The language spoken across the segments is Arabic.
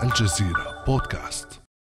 الجزيرة بودكاست.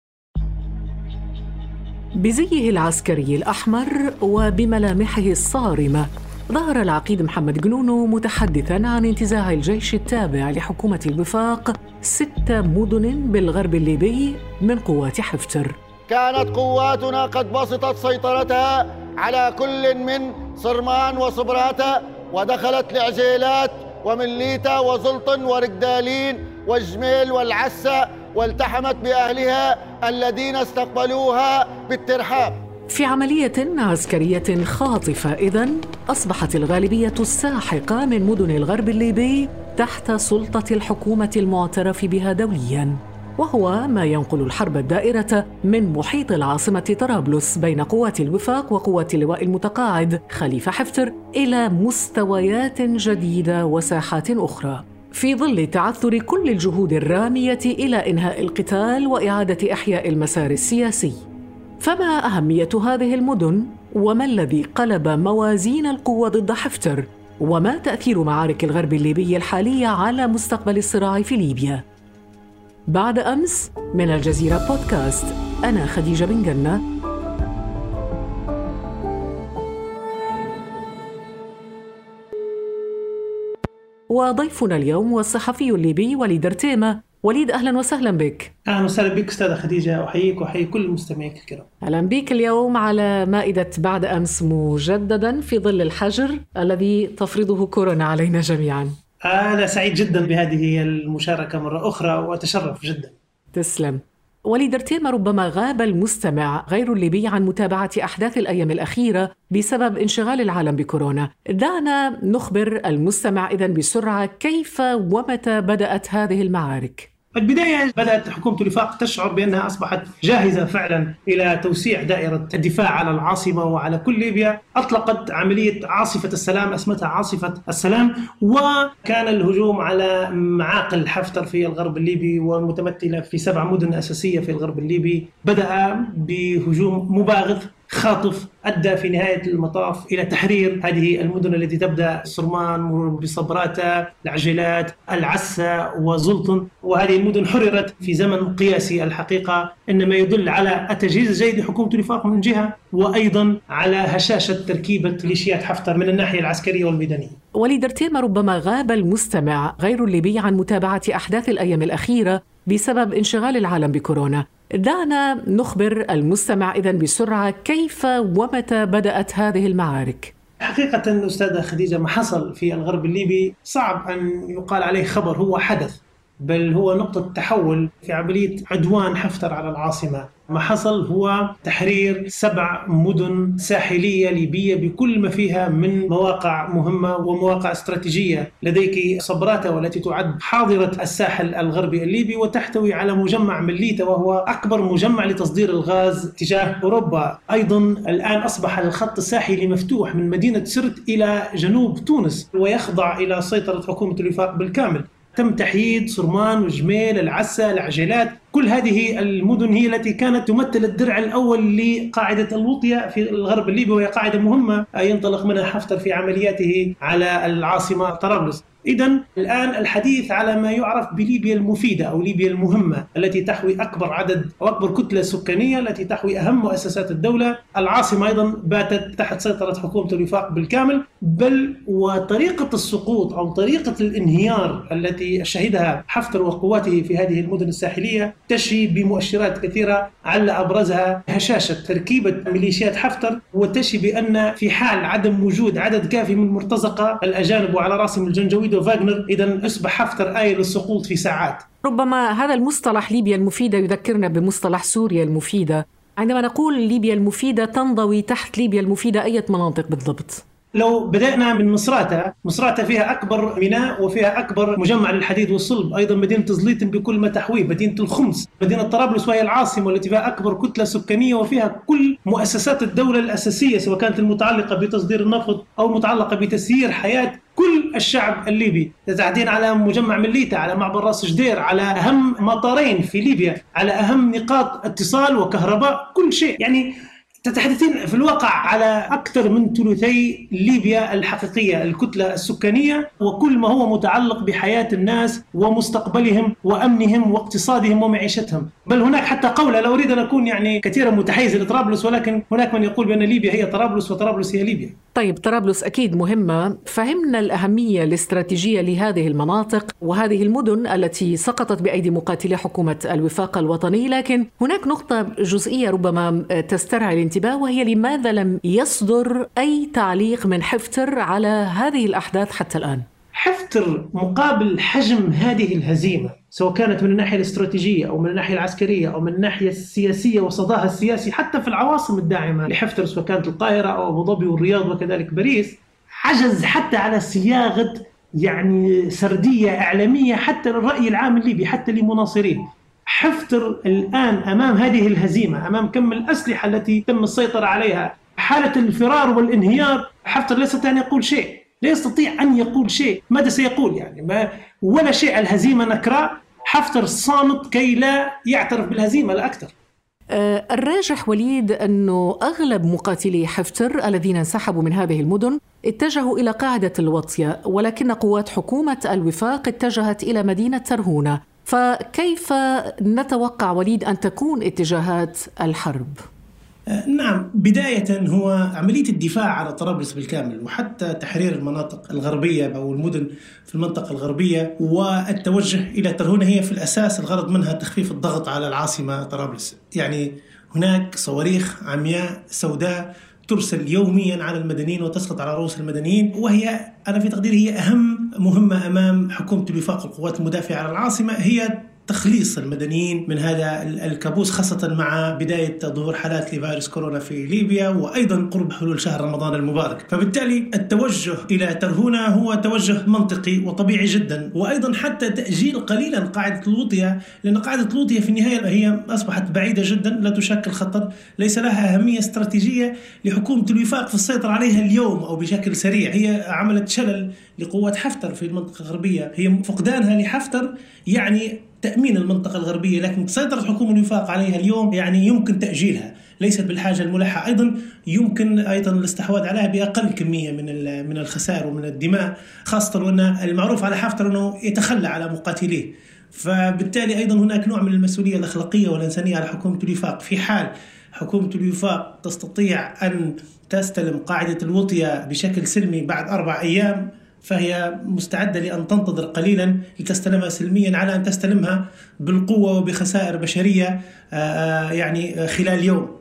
بزيه العسكري الأحمر وبملامحه الصارمة ظهر العقيد محمد جنونو متحدثاً عن انتزاع الجيش التابع لحكومة الوفاق 6 مدن بالغرب الليبي من قوات حفتر. كانت قواتنا قد بسطت سيطرتها على كل من صرمان وصبراتة، ودخلت لعجيلات ومليتة وزلطن ورقدالين والجميل والعسة، والتحمت بأهلها الذين استقبلوها بالترحاب. في عملية عسكرية خاطفة إذن أصبحت الغالبية الساحقة من مدن الغرب الليبي تحت سلطة الحكومة المعترف بها دولياً، وهو ما ينقل الحرب الدائرة من محيط العاصمة طرابلس بين قوات الوفاق وقوات اللواء المتقاعد خليفة حفتر إلى مستويات جديدة وساحات أخرى، في ظل تعثر كل الجهود الرامية إلى إنهاء القتال وإعادة إحياء المسار السياسي. فما أهمية هذه المدن؟ وما الذي قلب موازين القوة ضد حفتر؟ وما تأثير معارك الغرب الليبي الحالية على مستقبل الصراع في ليبيا؟ بعد أمس من الجزيرة بودكاست، أنا خديجة بن جنة. وضيفنا اليوم هو الصحفي الليبي وليد رتيمة. وليد، أهلا وسهلا بك. أهلا وسهلا بك أستاذة خديجة، أحييك وأحيي كل المستمعين الكرام. أهلا بك اليوم على مائدة بعد أمس مجددا في ظل الحجر الذي تفرضه كورونا علينا جميعا. أنا سعيد جدا بهذه المشاركة مرة أخرى وأتشرف جدا. تسلم. وليد رتيمة، ربما غاب المستمع غير الليبي عن متابعة أحداث الأيام الأخيرة بسبب انشغال العالم بكورونا. دعنا نخبر المستمع إذن بسرعة كيف ومتى بدأت هذه المعارك. البداية بدأت حكومة الوفاق تشعر بأنها أصبحت جاهزة فعلا إلى توسيع دائرة الدفاع على العاصمة وعلى كل ليبيا. أطلقت عملية عاصفة السلام، اسمتها عاصفة السلام، وكان الهجوم على معاقل حفتر في الغرب الليبي والمتمثلة في 7 مدن أساسية في الغرب الليبي. بدأ بهجوم مباغت خاطف أدى في نهاية المطاف إلى تحرير هذه المدن التي تبدأ صرمان بصبراتة، العجلات، العسة وزلطن، وهذه المدن حررت في زمن قياسي. الحقيقة إنما يدل على التجهيز الجيد لحكومة الوفاق من جهة، وأيضا على هشاشة تركيبة ميليشيات حفتر من الناحية العسكرية والميدانية. وليد رتيمة، ربما غاب المستمع غير الليبي عن متابعة أحداث الأيام الأخيرة بسبب انشغال العالم بكورونا. دعنا نخبر المستمع إذن بسرعة كيف ومتى بدأت هذه المعارك. حقيقة أستاذة خديجة، ما حصل في الغرب الليبي صعب أن يقال عليه خبر، هو حدث، بل هو نقطة تحول في عملية عدوان حفتر على العاصمة. ما حصل هو تحرير 7 مدن ساحلية ليبية بكل ما فيها من مواقع مهمة ومواقع استراتيجية. لديك صبراتة والتي تعد حاضرة الساحل الغربي الليبي، وتحتوي على مجمع مليتة وهو أكبر مجمع لتصدير الغاز تجاه أوروبا. أيضا الآن أصبح الخط الساحلي مفتوح من مدينة سرت إلى جنوب تونس، ويخضع إلى سيطرة حكومة الوفاق بالكامل. تم تحييد صرمان وجميل، العسة، العجلات. كل هذه المدن هي التي كانت تمثل الدرع الأول لقاعدة الوطية في الغرب الليبي، وهي قاعدة مهمة ينطلق منها حفتر في عملياته على العاصمة طرابلس. إذن الآن الحديث على ما يعرف بليبيا المفيدة أو ليبيا المهمة، التي تحوي أكبر عدد أو أكبر كتلة سكانية، التي تحوي أهم مؤسسات الدولة. العاصمة أيضا باتت تحت سيطرة حكومة الوفاق بالكامل، بل وطريقة السقوط أو طريقة الانهيار التي شهدها حفتر وقواته في هذه المدن الساحلية تشي بمؤشرات كثيرة، على أبرزها هشاشة تركيبة ميليشيات حفتر، وتشي بأن في حال عدم وجود عدد كافي من مرتزقة الأجانب وعلى رأسهم الجنجويد وفاغنر، إذن أصبح حفتر آية للسقوط في ساعات. ربما هذا المصطلح ليبيا المفيدة يذكرنا بمصطلح سوريا المفيدة. عندما نقول ليبيا المفيدة تنضوي تحت ليبيا المفيدة أي مناطق بالضبط؟ لو بدأنا من مصراتة فيها أكبر ميناء وفيها أكبر مجمع للحديد والصلب، أيضا مدينة زليط بكل ما تحويه، مدينة الخمس، مدينة طرابلس وهي العاصمة والتي فيها أكبر كتلة سكانية وفيها كل مؤسسات الدولة الأساسية، سواء كانت المتعلقة بتصدير النفط أو المتعلقة بتسيير حياة كل الشعب الليبي. تحديدا على مجمع مليتة، على معبر راس جدير، على أهم مطارين في ليبيا، على أهم نقاط اتصال وكهرباء، كل شيء. يعني تتحدثين في الواقع على أكثر من ثلثي ليبيا الحقيقية، الكتلة السكانية، وكل ما هو متعلق بحياة الناس ومستقبلهم وأمنهم واقتصادهم ومعيشتهم. بل هناك حتى قولة، لا أريد أن أكون يعني كثيرا متحيز لطرابلس، ولكن هناك من يقول بأن ليبيا هي طرابلس وطرابلس هي ليبيا. طيب، طرابلس أكيد مهمة، فهمنا الأهمية الاستراتيجية لهذه المناطق وهذه المدن التي سقطت بأيدي مقاتلي حكومة الوفاق الوطني، لكن هناك نقطة جزئية ربما تسترعي الانتباه، وهي لماذا لم يصدر أي تعليق من حفتر على هذه الأحداث حتى الآن؟ حفتر مقابل حجم هذه الهزيمة، سواء كانت من الناحية الاستراتيجية أو من الناحية العسكرية أو من الناحية السياسية وصداها السياسي حتى في العواصم الداعمة لحفتر، سواء كانت القاهرة أو أبو ظبي والرياض وكذلك باريس، عجز حتى على صياغة يعني سردية إعلامية حتى للرأي العام الليبي، حتى لمناصريه. حفتر الآن أمام هذه الهزيمة، أمام كم الأسلحة التي تم السيطرة عليها، حالة الفرار والانهيار، حفتر لا يستطيع أن يقول شيء، لا يستطيع أن يقول شيء. ماذا سيقول يعني؟ ولا شيء، الهزيمة نكراء، حفتر صامت كي لا يعترف بالهزيمة لا أكثر. الراجح وليد أنه أغلب مقاتلي حفتر الذين انسحبوا من هذه المدن اتجهوا إلى قاعدة الوطية، ولكن قوات حكومة الوفاق اتجهت إلى مدينة ترهونة، فكيف نتوقع وليد أن تكون اتجاهات الحرب؟ نعم، بداية هو عملية الدفاع على طرابلس بالكامل وحتى تحرير المناطق الغربية أو المدن في المنطقة الغربية والتوجه إلى ترهونة هي في الأساس الغرض منها تخفيف الضغط على العاصمة طرابلس. يعني هناك صواريخ عمياء سوداء ترسل يوميا على المدنيين وتسقط على رؤوس المدنيين، وهي أنا في تقديري هي أهم مهمة أمام حكومة الوفاق والقوات المدافعة على العاصمة، هي تخليص المدنيين من هذا الكابوس، خاصة مع بداية ظهور حالات لفيروس كورونا في ليبيا وأيضا قرب حلول شهر رمضان المبارك. فبالتالي التوجه إلى ترهونة هو توجه منطقي وطبيعي جدا، وأيضا حتى تأجيل قليلا قاعدة الوطية، لأن قاعدة الوطية في النهاية هي أصبحت بعيدة جدا، لا تشكل خطر، ليس لها أهمية استراتيجية لحكومة الوفاق في السيطرة عليها اليوم أو بشكل سريع. هي عملت شلل لقوات حفتر في المنطقة الغربية، هي فقدانها لحفتر يعني تأمين المنطقة الغربية، لكن سيطرة حكومة الوفاق عليها اليوم يعني يمكن تأجيلها، ليست بالحاجة الملحة. أيضا يمكن أيضا الاستحواذ عليها بأقل كمية من الخسائر ومن الدماء، خاصة وأن المعروف على حفتر أنه يتخلى على مقاتليه. فبالتالي أيضا هناك نوع من المسؤولية الأخلاقية والإنسانية على حكومة الوفاق. في حال حكومة الوفاق تستطيع أن تستلم قاعدة الوطية بشكل سلمي بعد 4 أيام، فهي مستعدة لأن تنتظر قليلا لتستلمها سلميا على أن تستلمها بالقوة وبخسائر بشرية يعني خلال يوم.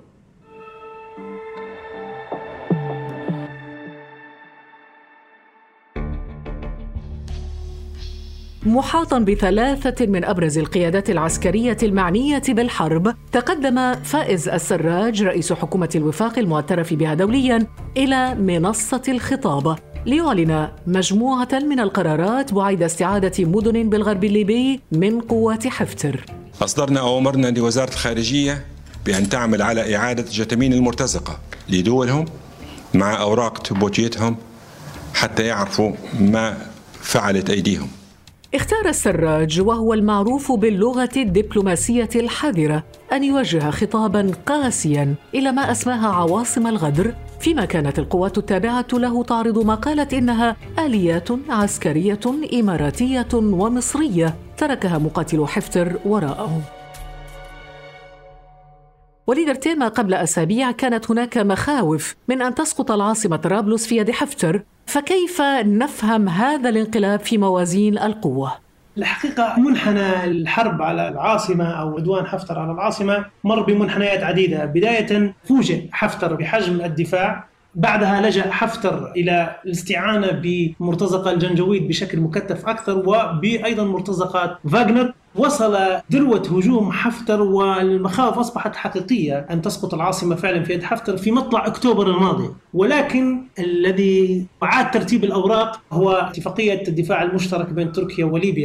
محاطا ب3 من أبرز القيادات العسكرية المعنية بالحرب، تقدم فائز السراج رئيس حكومة الوفاق المعترف بها دوليا إلى منصة الخطاب ليعلن مجموعة من القرارات بعيد استعادة مدن بالغرب الليبي من قوات حفتر. أصدرنا أوامرنا لوزارة الخارجية بأن تعمل على إعادة جتامين المرتزقة لدولهم مع أوراق تبوتيتهم حتى يعرفوا ما فعلت أيديهم. اختار السراج، وهو المعروف باللغة الدبلوماسية الحذرة، أن يوجه خطاباً قاسياً إلى ما أسماها عواصم الغدر، فيما كانت القوات التابعة له تعرض ما قالت إنها آليات عسكرية إماراتية ومصرية تركها مقاتلو حفتر وراءهم. وليد ارتيما، قبل أسابيع كانت هناك مخاوف من أن تسقط العاصمة طرابلس في يد حفتر، فكيف نفهم هذا الانقلاب في موازين القوة؟ الحقيقة منحنى الحرب على العاصمة أو عدوان حفتر على العاصمة مر بمنحنيات عديدة. بداية فوجئ حفتر بحجم الدفاع، بعدها لجأ حفتر إلى الاستعانة بمرتزقة الجنجويد بشكل مكثف أكثر، وبأيضا مرتزقات فاغنر. وصل ذروة هجوم حفتر والمخاوف أصبحت حقيقية أن تسقط العاصمة فعلا في يد حفتر في مطلع أكتوبر الماضي. ولكن الذي أعاد ترتيب الأوراق هو اتفاقية الدفاع المشترك بين تركيا وليبيا،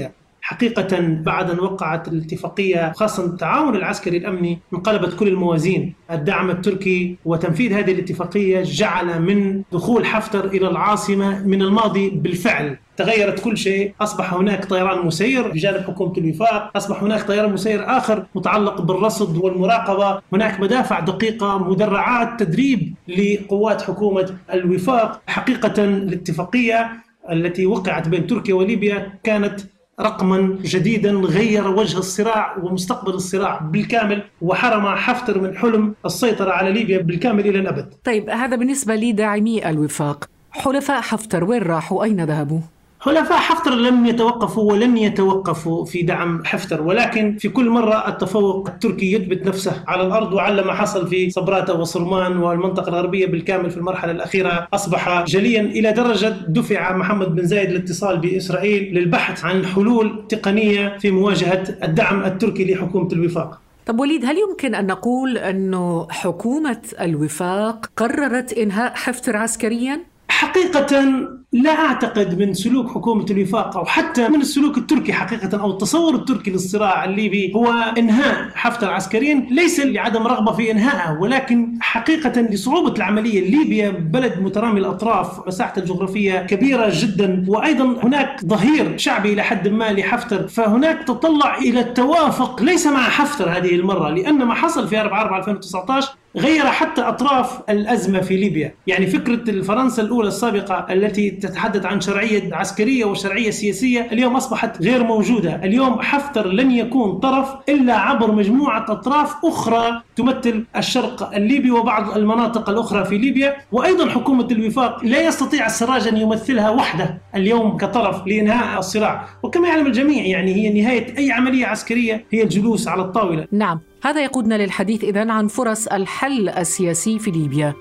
حقيقة بعد أن وقعت الاتفاقية خاصة التعاون العسكري الأمني انقلبت كل الموازين. الدعم التركي وتنفيذ هذه الاتفاقية جعل من دخول حفتر إلى العاصمة من الماضي بالفعل تغيرت كل شيء. أصبح هناك طيران مسير بجانب حكومة الوفاق، أصبح هناك طيران مسير آخر متعلق بالرصد والمراقبة، هناك مدافع دقيقة، مدرعات تدريب لقوات حكومة الوفاق. حقيقة الاتفاقية التي وقعت بين تركيا وليبيا كانت رقما جديدا غير وجه الصراع ومستقبل الصراع بالكامل، وحرم حفتر من حلم السيطرة على ليبيا بالكامل إلى الأبد. طيب، هذا بالنسبة لداعمي الوفاق. حلفاء حفتر وين راحوا؟ أين ذهبوا؟ حلفاء حفتر لم يتوقفوا ولن يتوقفوا في دعم حفتر، ولكن في كل مرة التفوق التركي يثبت نفسه على الأرض، وعلى ما حصل في صبراتة وصرمان والمنطقة الغربية بالكامل في المرحلة الأخيرة أصبح جليا، إلى درجة دفع محمد بن زايد الاتصال بإسرائيل للبحث عن حلول تقنية في مواجهة الدعم التركي لحكومة الوفاق. طب وليد، هل يمكن أن نقول أنه حكومة الوفاق قررت إنهاء حفتر عسكريا؟ حقيقة لا أعتقد من سلوك حكومة الوفاق أو حتى من السلوك التركي حقيقة أو التصور التركي للصراع الليبي هو إنهاء حفتر عسكريا، ليس لعدم رغبة في إنهائه، ولكن حقيقة لصعوبة العملية. ليبيا بلد مترامي الأطراف، مساحته الجغرافية كبيرة جدا، وأيضا هناك ظهير شعبي إلى حد ما لحفتر، فهناك تطلع إلى التوافق ليس مع حفتر هذه المرة، لأن ما حصل في 4/4/2019 غير حتى أطراف الأزمة في ليبيا. يعني فكرة فرنسا الأولى السابقة التي تتحدث عن شرعية عسكرية وشرعية سياسية اليوم أصبحت غير موجودة. اليوم حفتر لن يكون طرف إلا عبر مجموعة أطراف أخرى تمثل الشرق الليبي وبعض المناطق الأخرى في ليبيا، وأيضا حكومة الوفاق لا يستطيع السراج أن يمثلها وحده اليوم كطرف لإنهاء الصراع. وكما يعلم الجميع يعني هي نهاية أي عملية عسكرية هي الجلوس على الطاولة. نعم، هذا يقودنا للحديث إذن عن فرص الحل السياسي في ليبيا.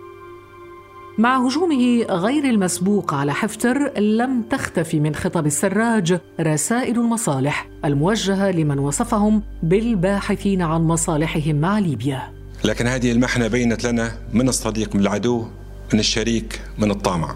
مع هجومه غير المسبوق على حفتر لم تختفي من خطاب السراج رسائل المصالح الموجهة لمن وصفهم بالباحثين عن مصالحهم مع ليبيا. لكن هذه المحنة بينت لنا من الصديق من العدو، من الشريك من الطامع،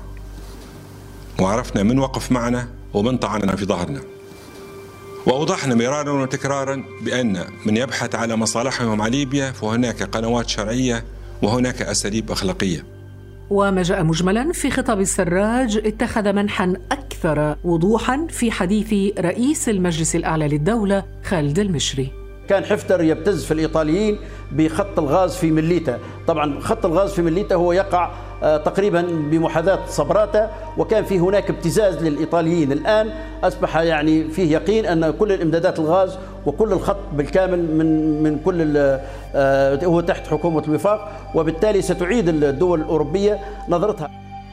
وعرفنا من وقف معنا ومن طعننا في ظهرنا، وأوضحنا مرارا وتكرارا بأن من يبحث على مصالحهم مع ليبيا فهناك قنوات شرعية وهناك أساليب أخلاقية. وما جاء مجملا في خطاب السراج اتخذ منحا أكثر وضوحا في حديث رئيس المجلس الأعلى للدولة خالد المشري. كان حفتر يبتز في الإيطاليين بخط الغاز في مليتا. طبعا خط الغاز في مليتا هو يقع تقريبا بمحاذاة صبراتة، وكان في هناك ابتزاز للإيطاليين. الآن أصبح يعني فيه يقين أن كل الإمدادات الغاز وكل الخط بالكامل من كل هو تحت حكومة الوفاق، وبالتالي ستعيد الدول الأوروبية نظرتها.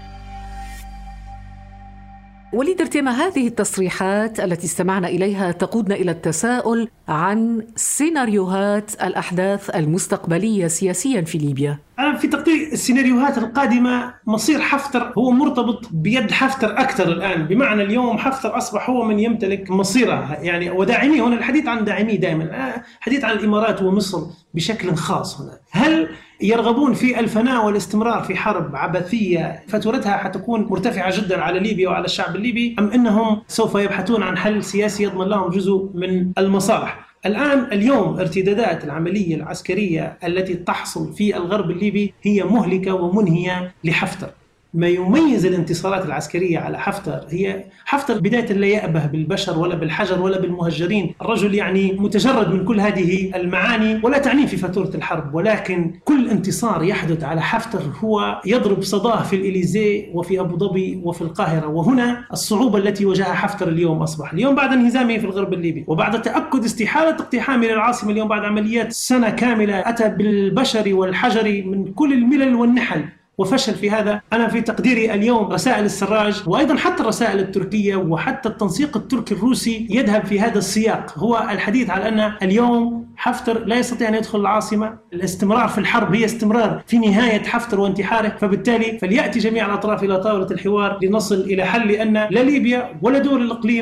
وليد ارتما، هذه التصريحات التي استمعنا إليها تقودنا إلى التساؤل عن سيناريوهات الأحداث المستقبلية سياسيا في ليبيا. أنا في تقديري السيناريوهات القادمة مصير حفتر هو مرتبط بيد حفتر أكثر الآن، بمعنى اليوم حفتر أصبح هو من يمتلك مصيره يعني وداعميه. هنا الحديث عن داعميه دائما، حديث عن الإمارات ومصر بشكل خاص. هنا هل يرغبون في الفناء والاستمرار في حرب عبثية فاتورتها حتكون مرتفعة جدا على ليبيا وعلى الشعب الليبي، أم أنهم سوف يبحثون عن حل سياسي يضمن لهم جزء من المصالح؟ اليوم ارتدادات العملية العسكرية التي تحصل في الغرب الليبي هي مهلكة ومنهية لحفتر. ما يميز الانتصارات العسكرية على حفتر هي حفتر بداية لا يأبه بالبشر ولا بالحجر ولا بالمهجرين. الرجل يعني متجرد من كل هذه المعاني ولا تعنيه في فاتورة الحرب، ولكن كل انتصار يحدث على حفتر هو يضرب صداه في الإليزي وفي أبو ظبي وفي القاهرة. وهنا الصعوبة التي واجهها حفتر اليوم اليوم بعد انهزامه في الغرب الليبي وبعد تأكد استحالة اقتحامه للعاصمة، اليوم بعد عمليات سنة كاملة أتى بالبشر والحجر من كل الملل والنحل وفشل في هذا. أنا في تقديري اليوم رسائل السراج وأيضا حتى الرسائل التركية وحتى التنسيق التركي الروسي يذهب في هذا السياق، هو الحديث على أن اليوم حفتر لا يستطيع أن يدخل العاصمة، الاستمرار في الحرب هي استمرار في نهاية حفتر وانتحاره، فبالتالي فليأتي جميع الأطراف إلى طاولة الحوار لنصل إلى حل، لأن لا ليبيا ولا دول الإقليم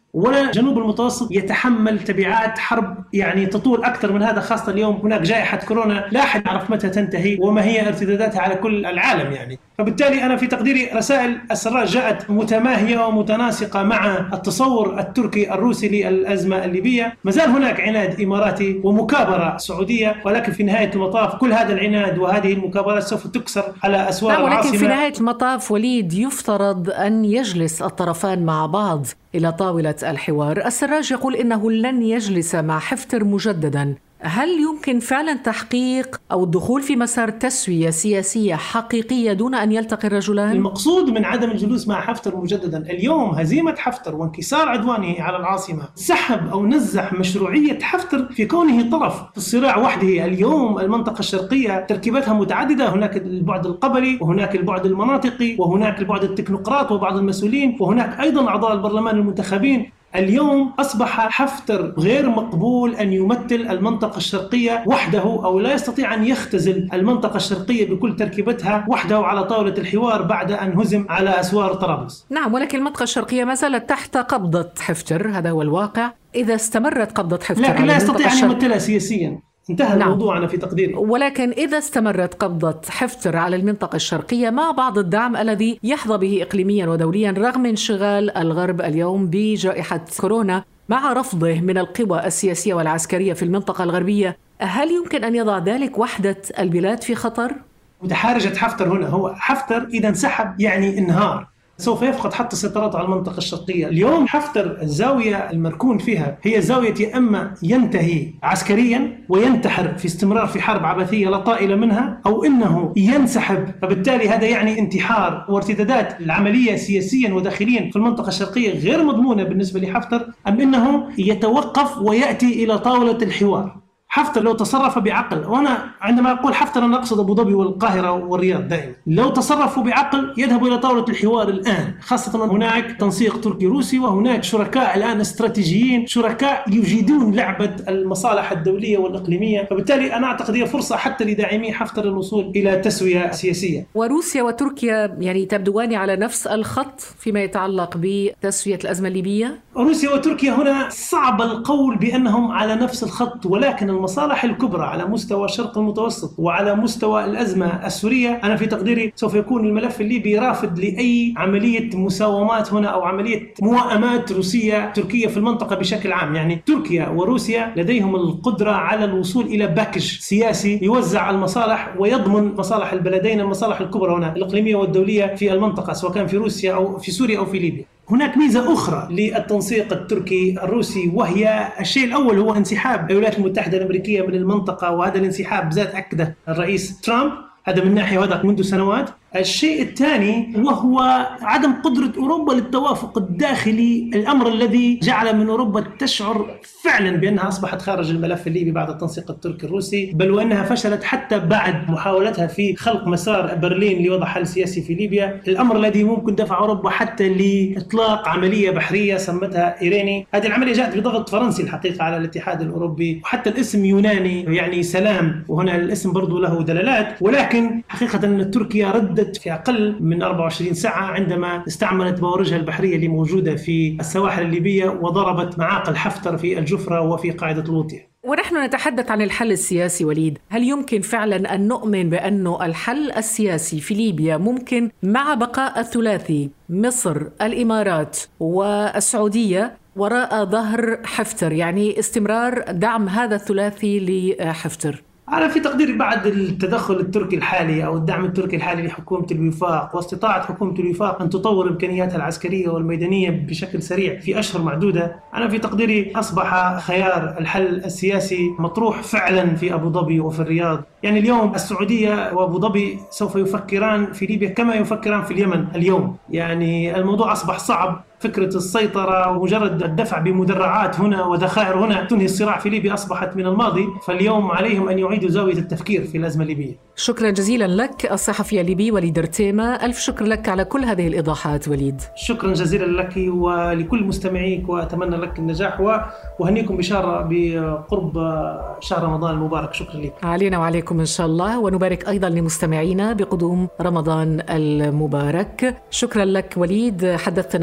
ولا جنوب المتوسط يتحمل تبعات حرب يعني تطول أكثر من هذا، خاصة اليوم هناك جائحة كورونا لا أحد يعرف متى تنتهي وما هي ارتداداتها على كل العالم يعني. فبالتالي أنا في تقديري رسائل السراج جاءت متماهية ومتناسقة مع التصور التركي الروسي للأزمة الليبية. ما زال هناك عناد إماراتي ومكابرة سعودية، ولكن في نهاية المطاف كل هذا العناد وهذه المكابرات سوف تكسر على أسوار العاصمة. ولكن في نهاية المطاف وليد يفترض أن يجلس الطرفان مع بعض إلى طاولة الحوار. السراج يقول إنه لن يجلس مع حفتر مجددا. هل يمكن فعلا تحقيق أو الدخول في مسار تسوية سياسية حقيقية دون أن يلتقي الرجلان؟ المقصود من عدم الجلوس مع حفتر مجددا اليوم هزيمة حفتر وانكسار عدوانه على العاصمة سحب أو نزح مشروعية حفتر في كونه طرف في الصراع وحده. اليوم المنطقة الشرقية تركيبتها متعددة، هناك البعد القبلي وهناك البعد المناطقي وهناك البعد التكنوقراط وبعض المسؤولين وهناك أيضا أعضاء البرلمان المنتخبين. اليوم أصبح حفتر غير مقبول أن يمثل المنطقة الشرقية وحده، أو لا يستطيع أن يختزل المنطقة الشرقية بكل تركيبتها وحده على طاولة الحوار بعد أن هزم على أسوار طرابلس. نعم، ولكن المنطقة الشرقية ما زالت تحت قبضة حفتر، هذا هو الواقع. إذا استمرت قبضة حفتر لكن لا يستطيع أن يمثلها سياسيا. انتهى الموضوع أنا في تقديري. ولكن إذا استمرت قبضة حفتر على المنطقة الشرقية مع بعض الدعم الذي يحظى به إقليميا ودوليا رغم انشغال الغرب اليوم بجائحة كورونا مع رفضه من القوى السياسية والعسكرية في المنطقة الغربية، هل يمكن أن يضع ذلك وحدة البلاد في خطر؟ متحارجة حفتر هنا، هو حفتر إذا انسحب يعني انهار، سوف يفقد حتى سيطرته على المنطقة الشرقية. اليوم حفتر الزاوية المركون فيها هي زاوية يا إما ينتهي عسكريا وينتحر في استمرار في حرب عبثية لا طائل منها، أو إنه ينسحب، فبالتالي هذا يعني انتحار وارتدادات العملية سياسيا وداخليا في المنطقة الشرقية غير مضمونة بالنسبة لحفتر، أم إنه يتوقف ويأتي إلى طاولة الحوار. حفتر لو تصرف بعقل، وأنا عندما أقول حفتر أنا أقصد أبو ظبي والقاهرة والرياض دائما، لو تصرفوا بعقل يذهبوا إلى طاولة الحوار الآن، خاصة هناك تنسيق تركي روسي وهناك شركاء الآن استراتيجيين، شركاء يجيدون لعبة المصالح الدولية والإقليمية، فبالتالي أنا أعتقد هي فرصة حتى لداعمي حفتر للوصول إلى تسوية سياسية. وروسيا وتركيا يعني تبدوان على نفس الخط فيما يتعلق بتسوية الأزمة الليبية؟ روسيا وتركيا هنا صعب القول بأنهم على نفس الخط، ولكن المصالح الكبرى على مستوى الشرق المتوسط وعلى مستوى الأزمة السورية أنا في تقديري سوف يكون الملف الليبي رافض لأي عملية مساومات هنا أو عملية موائمات روسية تركية في المنطقة بشكل عام. يعني تركيا وروسيا لديهم القدرة على الوصول إلى باكج سياسي يوزع المصالح ويضمن مصالح البلدين، المصالح الكبرى هنا الإقليمية والدولية في المنطقة سواء كان في روسيا أو في سوريا أو في ليبيا. هناك ميزة أخرى للتنسيق التركي الروسي، وهي الشيء الأول هو انسحاب الولايات المتحدة الأمريكية من المنطقة، وهذا الانسحاب ذات أكده الرئيس ترامب، هذا من ناحية وهذا منذ سنوات. الشيء الثاني وهو عدم قدرة أوروبا للتوافق الداخلي، الأمر الذي جعل من أوروبا تشعر فعلا بأنها أصبحت خارج الملف الليبي بعد التنسيق التركي الروسي، بل وأنها فشلت حتى بعد محاولتها في خلق مسار برلين لوضع حل سياسي في ليبيا، الأمر الذي ممكن دفع أوروبا حتى لإطلاق عملية بحرية سمتها إيريني. هذه العملية جاءت بضغط فرنسي الحقيقة على الاتحاد الأوروبي، وحتى الاسم يوناني يعني سلام، وهنا الاسم برضو له دلالات، ولكن حقيقة أن تركيا ردت في أقل من 24 ساعة عندما استعملت بوارجها البحرية اللي موجودة في السواحل الليبية وضربت معاقل حفتر في الجفرة وفي قاعدة لوطية. ونحن نتحدث عن الحل السياسي وليد، هل يمكن فعلا أن نؤمن بأنه الحل السياسي في ليبيا ممكن مع بقاء الثلاثي مصر الإمارات والسعودية وراء ظهر حفتر، يعني استمرار دعم هذا الثلاثي لحفتر؟ أنا في تقديري بعد التدخل التركي الحالي أو الدعم التركي الحالي لحكومة الوفاق واستطاعت حكومة الوفاق أن تطور إمكانياتها العسكرية والميدانية بشكل سريع في أشهر معدودة، أنا في تقديري أصبح خيار الحل السياسي مطروح فعلا في أبو ظبي وفي الرياض. يعني اليوم السعودية وأبو ظبي سوف يفكران في ليبيا كما يفكران في اليمن اليوم، يعني الموضوع أصبح صعب. فكرة السيطرة ومجرد الدفع بمدرعات هنا وذخائر هنا تنهي الصراع في ليبيا أصبحت من الماضي، فاليوم عليهم أن يعيدوا زاوية التفكير في الأزمة الليبية. شكرا جزيلا لك الصحفي الليبي وليد رتيمة، ألف شكر لك على كل هذه الإيضاحات وليد. شكرا جزيلا لك ولكل مستمعيك، وأتمنى لك النجاح وهنيكم بشارة بقرب شهر رمضان المبارك. شكرا لك. علينا وعليكم إن شاء الله، ونبارك أيضا لمستمعينا بقدوم رمضان المبارك. شكرا لك وليد، حدثتنا من البيت.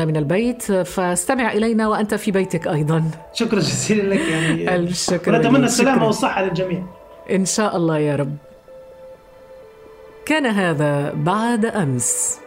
البيت، فاستمع إلينا وأنت في بيتك أيضا. شكرا جزيلا لك يعني. الشكر. ونتمنى السلامة والصحة للجميع إن شاء الله يا رب. كان هذا بعد أمس.